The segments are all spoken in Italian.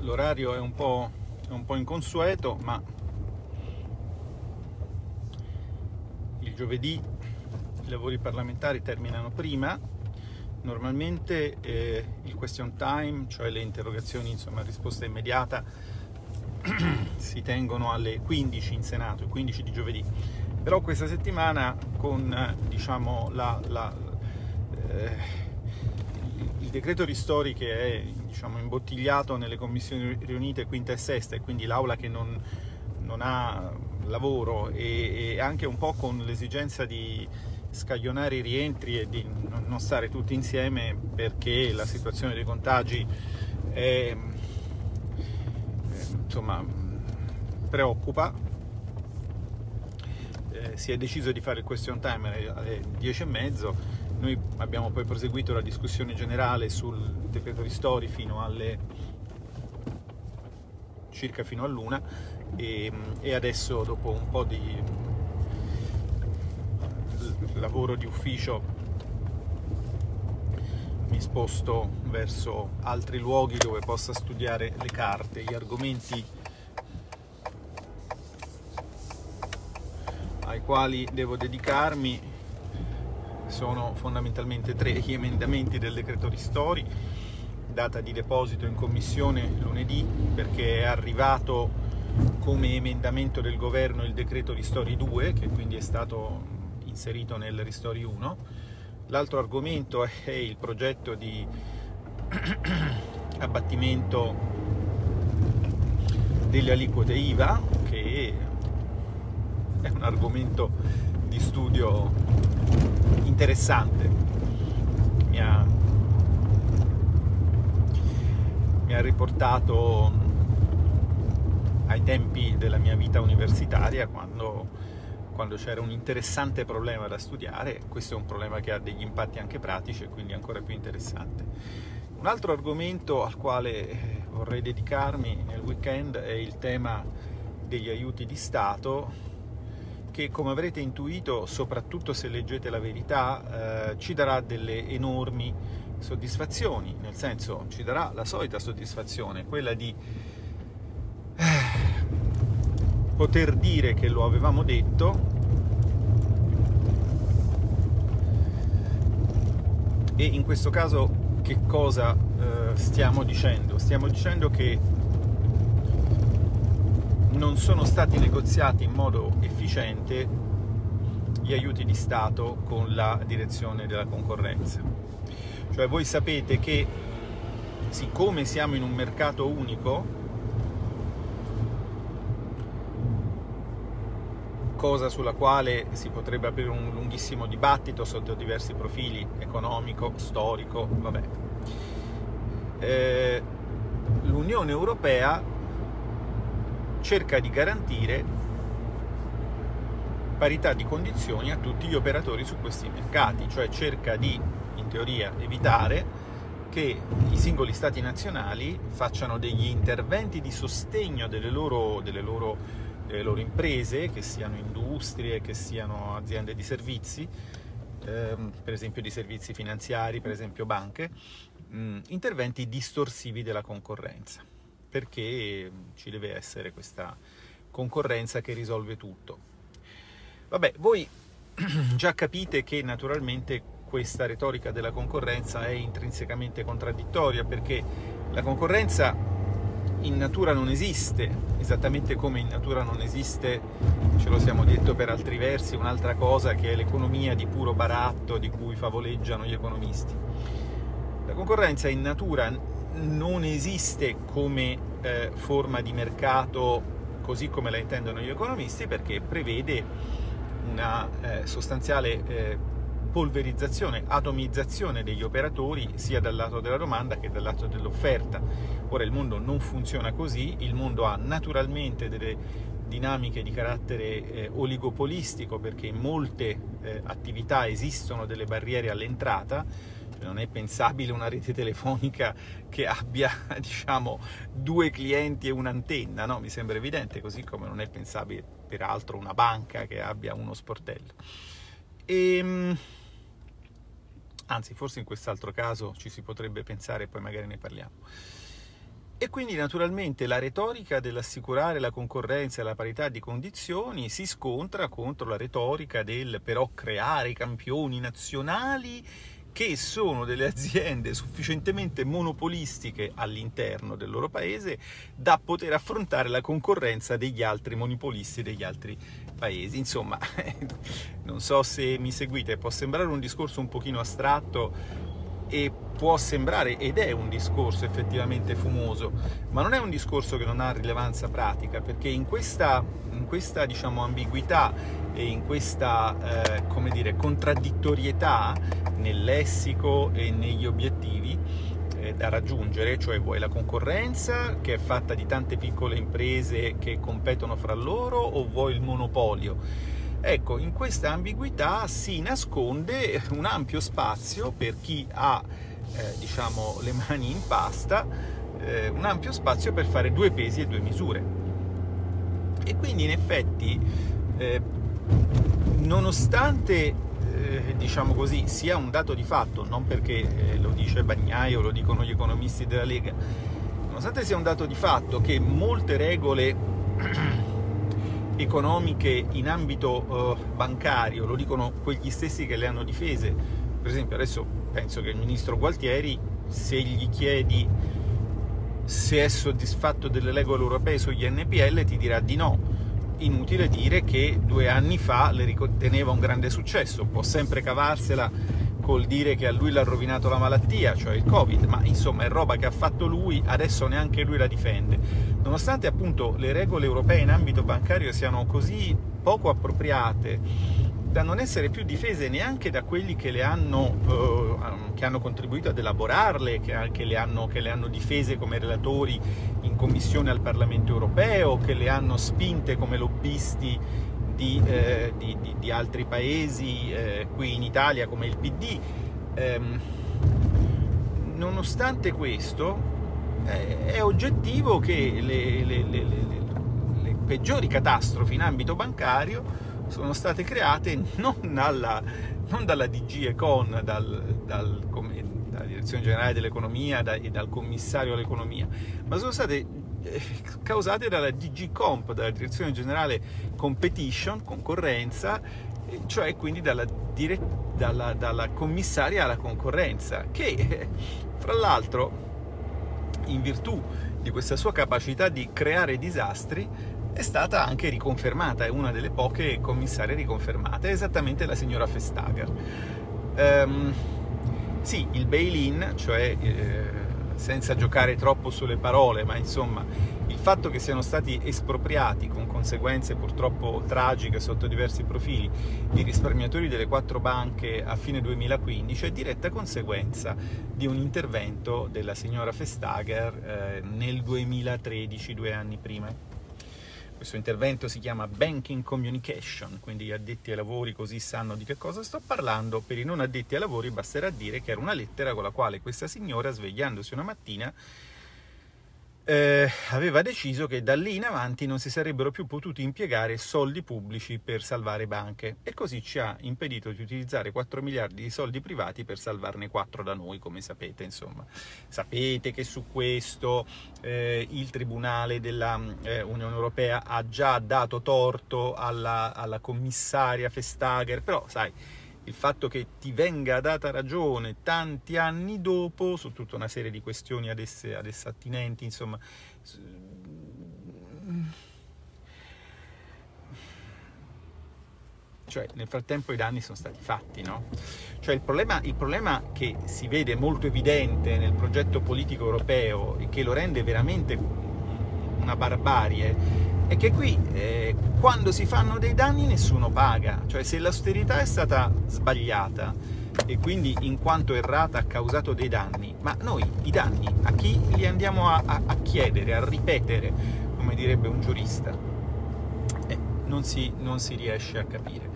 l'orario è un po' inconsueto, ma il giovedì i lavori parlamentari terminano prima. Normalmente il question time, cioè le interrogazioni a risposta immediata, si tengono alle 15 in Senato, il 15 di giovedì. Però questa settimana con il decreto ristori che è imbottigliato nelle commissioni riunite quinta e sesta, e quindi l'aula che non ha lavoro, e anche un po' con l'esigenza di scaglionare i rientri e di non stare tutti insieme, perché la situazione dei contagi preoccupa. Si è deciso di fare il question time alle 10:30. Noi abbiamo poi proseguito la discussione generale sul decreto ristori circa fino all'1, e adesso, dopo un po' di lavoro di ufficio, mi sposto verso altri luoghi dove possa studiare le carte. Gli argomenti ai quali devo dedicarmi sono fondamentalmente 3: gli emendamenti del decreto ristori, data di deposito in commissione lunedì, perché è arrivato come emendamento del governo il decreto ristori 2, che quindi è stato inserito nel ristori 1. L'altro argomento è il progetto di abbattimento delle aliquote IVA, che è un argomento di studio interessante. Mi ha riportato ai tempi della mia vita universitaria, quando c'era un interessante problema da studiare. Questo è un problema che ha degli impatti anche pratici, e quindi ancora più interessante. Un altro argomento al quale vorrei dedicarmi nel weekend è il tema degli aiuti di Stato, che, come avrete intuito, soprattutto se leggete La Verità, ci darà delle enormi soddisfazioni. Nel senso, ci darà la solita soddisfazione, quella di poter dire che lo avevamo detto, e in questo caso che cosa stiamo dicendo? Stiamo dicendo che non sono stati negoziati in modo efficiente gli aiuti di Stato con la direzione della concorrenza. Cioè, voi sapete che, siccome siamo in un mercato unico, cosa sulla quale si potrebbe aprire un lunghissimo dibattito sotto diversi profili, economico, storico, l'Unione Europea cerca di garantire parità di condizioni a tutti gli operatori su questi mercati, cioè cerca di, in teoria, evitare che i singoli stati nazionali facciano degli interventi di sostegno delle loro imprese, che siano industrie, che siano aziende di servizi, per esempio di servizi finanziari, per esempio banche, interventi distorsivi della concorrenza, perché ci deve essere questa concorrenza che risolve tutto. Voi già capite che naturalmente questa retorica della concorrenza è intrinsecamente contraddittoria, perché la concorrenza in natura non esiste, esattamente come in natura non esiste, ce lo siamo detto per altri versi, un'altra cosa che è l'economia di puro baratto di cui favoleggiano gli economisti. La concorrenza in natura non esiste come forma di mercato così come la intendono gli economisti, perché prevede una sostanziale polverizzazione, atomizzazione degli operatori, sia dal lato della domanda che dal lato dell'offerta. Ora, il mondo non funziona così, il mondo ha naturalmente delle dinamiche di carattere oligopolistico, perché in molte attività esistono delle barriere all'entrata. Non è pensabile una rete telefonica che abbia, 2 clienti e un'antenna, no? Mi sembra evidente, così come non è pensabile, peraltro, una banca che abbia uno sportello. Anzi, forse in quest'altro caso ci si potrebbe pensare, poi magari ne parliamo. E quindi naturalmente la retorica dell'assicurare la concorrenza e la parità di condizioni si scontra contro la retorica del però creare campioni nazionali che sono delle aziende sufficientemente monopolistiche all'interno del loro paese da poter affrontare la concorrenza degli altri monopolisti degli altri paesi. Insomma, non so se mi seguite, può sembrare un discorso un pochino astratto e può sembrare, ed è un discorso effettivamente fumoso, ma non è un discorso che non ha rilevanza pratica, perché in questa diciamo, ambiguità e in questa come dire, contraddittorietà nel lessico e negli obiettivi da raggiungere, cioè vuoi la concorrenza che è fatta di tante piccole imprese che competono fra loro, o vuoi il monopolio? Ecco, in questa ambiguità si nasconde un ampio spazio per chi ha diciamo, le mani in pasta, un ampio spazio per fare due pesi e due misure. E quindi in effetti, nonostante diciamo così, sia un dato di fatto, non perché lo dice Bagnai o lo dicono gli economisti della Lega, nonostante sia un dato di fatto che molte regole economiche in ambito bancario, lo dicono quegli stessi che le hanno difese. Per esempio adesso penso che il ministro Gualtieri, se gli chiedi se è soddisfatto delle regole europee sugli NPL, ti dirà di no. Inutile dire che 2 anni fa le riteneva un grande successo, può sempre cavarsela col dire che a lui l'ha rovinato la malattia, cioè il Covid, ma insomma è roba che ha fatto lui, adesso neanche lui la difende. Nonostante appunto le regole europee in ambito bancario siano così poco appropriate da non essere più difese neanche da quelli che le hanno, che hanno contribuito ad elaborarle, che le hanno difese come relatori in commissione al Parlamento europeo, che le hanno spinte come lobbisti di altri paesi qui in Italia come il PD. Nonostante questo è oggettivo che le peggiori catastrofi in ambito bancario sono state create non dalla DG Econ, dalla Direzione Generale dell'Economia e dal Commissario all'Economia, ma sono state causate dalla DG Comp, dalla Direzione Generale Competition, concorrenza, cioè quindi dalla commissaria alla concorrenza, che fra l'altro in virtù di questa sua capacità di creare disastri è stata anche riconfermata, è una delle poche commissarie riconfermate, è esattamente la signora Vestager. Sì, il bail-in, cioè senza giocare troppo sulle parole, ma insomma il fatto che siano stati espropriati con conseguenze purtroppo tragiche sotto diversi profili i risparmiatori delle 4 banche a fine 2015 è diretta conseguenza di un intervento della signora Vestager nel 2013, 2 anni prima. Questo intervento si chiama Banking Communication, quindi gli addetti ai lavori così sanno di che cosa sto parlando. Per i non addetti ai lavori basterà dire che era una lettera con la quale questa signora, svegliandosi una mattina, aveva deciso che da lì in avanti non si sarebbero più potuti impiegare soldi pubblici per salvare banche, e così ci ha impedito di utilizzare 4 miliardi di soldi privati per salvarne 4 da noi, come sapete. Insomma, sapete che su questo il Tribunale della Unione Europea ha già dato torto alla commissaria Vestager, però sai, il fatto che ti venga data ragione tanti anni dopo su tutta una serie di questioni ad essa attinenti, insomma, cioè nel frattempo i danni sono stati fatti, no? Cioè il problema che si vede molto evidente nel progetto politico europeo e che lo rende veramente una barbarie è che qui quando si fanno dei danni nessuno paga, cioè se l'austerità è stata sbagliata e quindi in quanto errata ha causato dei danni, ma noi i danni a chi li andiamo a chiedere, a ripetere, come direbbe un giurista? Non si riesce a capire.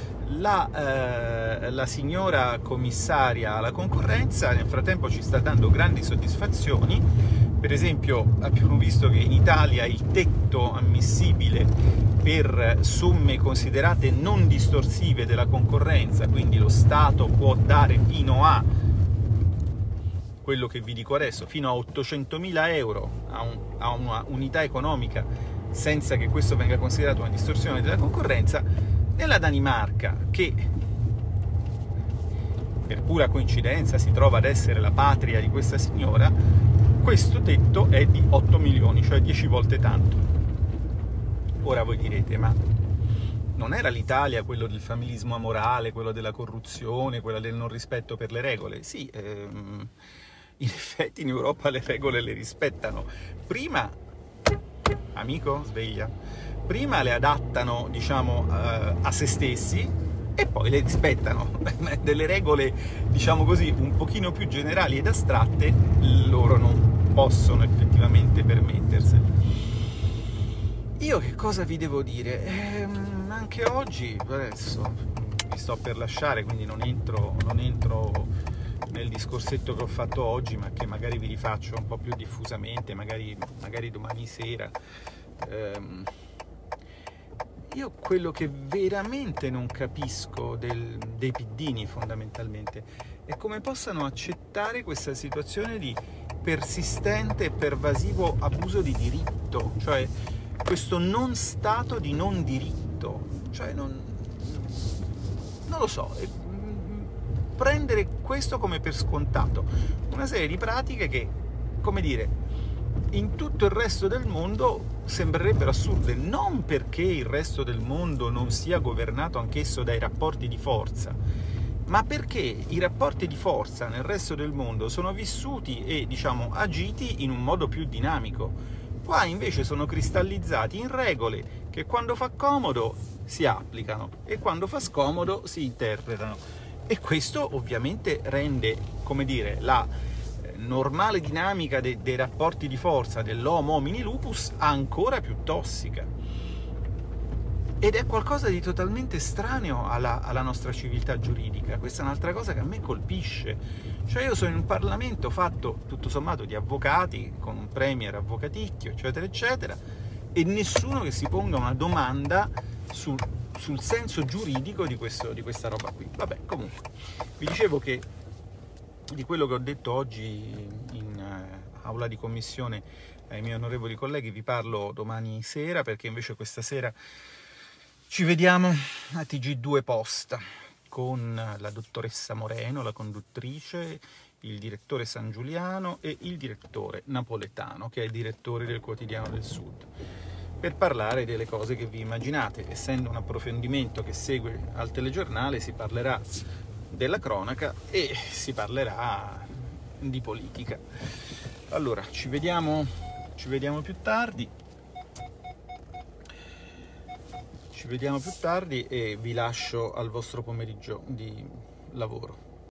La signora commissaria alla concorrenza nel frattempo ci sta dando grandi soddisfazioni. Per esempio abbiamo visto che in Italia il tetto ammissibile per somme considerate non distorsive della concorrenza, quindi lo Stato può dare fino a quello che vi dico adesso, fino a 800.000 euro a una unità economica, senza che questo venga considerato una distorsione della concorrenza. Nella Danimarca, che per pura coincidenza si trova ad essere la patria di questa signora, questo tetto è di 8 milioni, cioè 10 volte tanto. Ora voi direte, ma non era l'Italia quello del familismo amorale, quello della corruzione, quello del non rispetto per le regole? Sì, in effetti in Europa le regole le rispettano. Prima, amico, sveglia, prima le adattano, diciamo, a se stessi, e poi le rispettano. Delle regole, diciamo così, un pochino più generali ed astratte, loro non possono effettivamente permetterseli. Io che cosa vi devo dire? Anche oggi, adesso vi sto per lasciare, quindi non entro nel discorsetto che ho fatto oggi, ma che magari vi rifaccio un po' più diffusamente, magari domani sera. Io quello che veramente non capisco dei piddini, fondamentalmente, è come possano accettare questa situazione di persistente e pervasivo abuso di diritto, cioè questo non stato di non diritto, cioè non lo so, prendere questo come per scontato, una serie di pratiche che, come dire, in tutto il resto del mondo sembrerebbero assurde, non perché il resto del mondo non sia governato anch'esso dai rapporti di forza, ma perché i rapporti di forza nel resto del mondo sono vissuti e, diciamo, agiti in un modo più dinamico. Qua invece sono cristallizzati in regole che quando fa comodo si applicano e quando fa scomodo si interpretano. E questo ovviamente rende, come dire, la normale dinamica dei rapporti di forza dell'homo homini lupus ancora più tossica. Ed è qualcosa di totalmente estraneo alla nostra civiltà giuridica. Questa è un'altra cosa che a me colpisce. Cioè io sono in un Parlamento fatto tutto sommato di avvocati, con un premier avvocaticchio, eccetera, eccetera, e nessuno che si ponga una domanda sul senso giuridico di questa roba qui. Vabbè, comunque, vi dicevo che di quello che ho detto oggi in aula di commissione ai miei onorevoli colleghi vi parlo domani sera, perché invece questa sera ci vediamo a TG2 Post con la dottoressa Moreno, la conduttrice, il direttore San Giuliano e il direttore Napoletano, che è il direttore del Quotidiano del Sud, per parlare delle cose che vi immaginate. Essendo un approfondimento che segue al telegiornale, si parlerà della cronaca e si parlerà di politica. Allora, ci vediamo più tardi. Ci vediamo più tardi e vi lascio al vostro pomeriggio di lavoro.